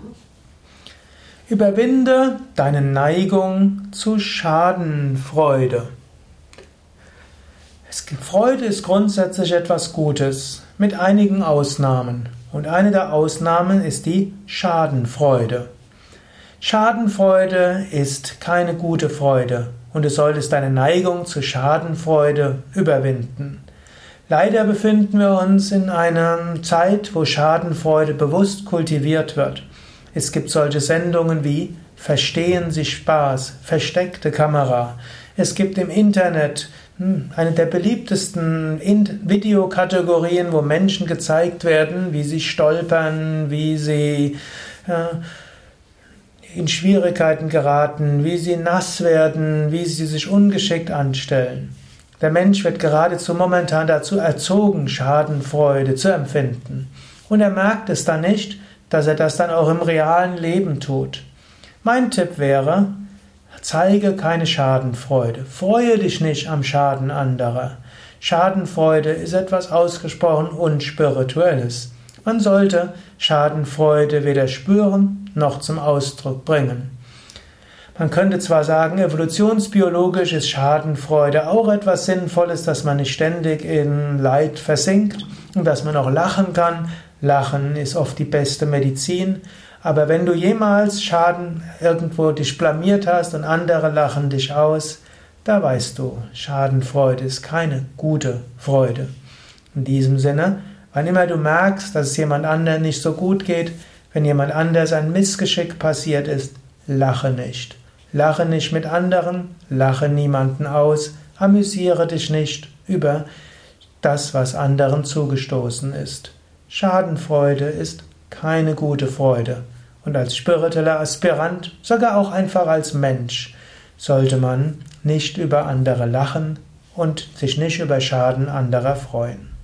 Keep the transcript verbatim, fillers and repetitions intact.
Überwinde deine Neigung zu Schadenfreude. Freude ist grundsätzlich etwas Gutes, mit einigen Ausnahmen. Und eine der Ausnahmen ist die Schadenfreude. Schadenfreude ist keine gute Freude und du solltest deine Neigung zu Schadenfreude überwinden. Leider befinden wir uns in einer Zeit, wo Schadenfreude bewusst kultiviert wird. Es gibt solche Sendungen wie Verstehen Sie Spaß, versteckte Kamera. Es gibt im Internet eine der beliebtesten Videokategorien, wo Menschen gezeigt werden, wie sie stolpern, wie sie äh, in Schwierigkeiten geraten, wie sie nass werden, wie sie sich ungeschickt anstellen. Der Mensch wird geradezu momentan dazu erzogen, Schadenfreude zu empfinden. Und er merkt es dann nicht, dass er das dann auch im realen Leben tut. Mein Tipp wäre, zeige keine Schadenfreude. Freue dich nicht am Schaden anderer. Schadenfreude ist etwas ausgesprochen Unspirituelles. Man sollte Schadenfreude weder spüren noch zum Ausdruck bringen. Man könnte zwar sagen, evolutionsbiologisch ist Schadenfreude auch etwas Sinnvolles, dass man nicht ständig in Leid versinkt und dass man auch lachen kann. Lachen ist oft die beste Medizin. Aber wenn du jemals Schaden irgendwo dich blamiert hast und andere lachen dich aus, da weißt du, Schadenfreude ist keine gute Freude. In diesem Sinne, wann immer du merkst, dass es jemand anderem nicht so gut geht, wenn jemand anders ein Missgeschick passiert ist, lache nicht. Lache nicht mit anderen, lache niemanden aus, amüsiere dich nicht über das, was anderen zugestoßen ist. Schadenfreude ist keine gute Freude. Und als spiritueller Aspirant, sogar auch einfach als Mensch, sollte man nicht über andere lachen und sich nicht über Schaden anderer freuen.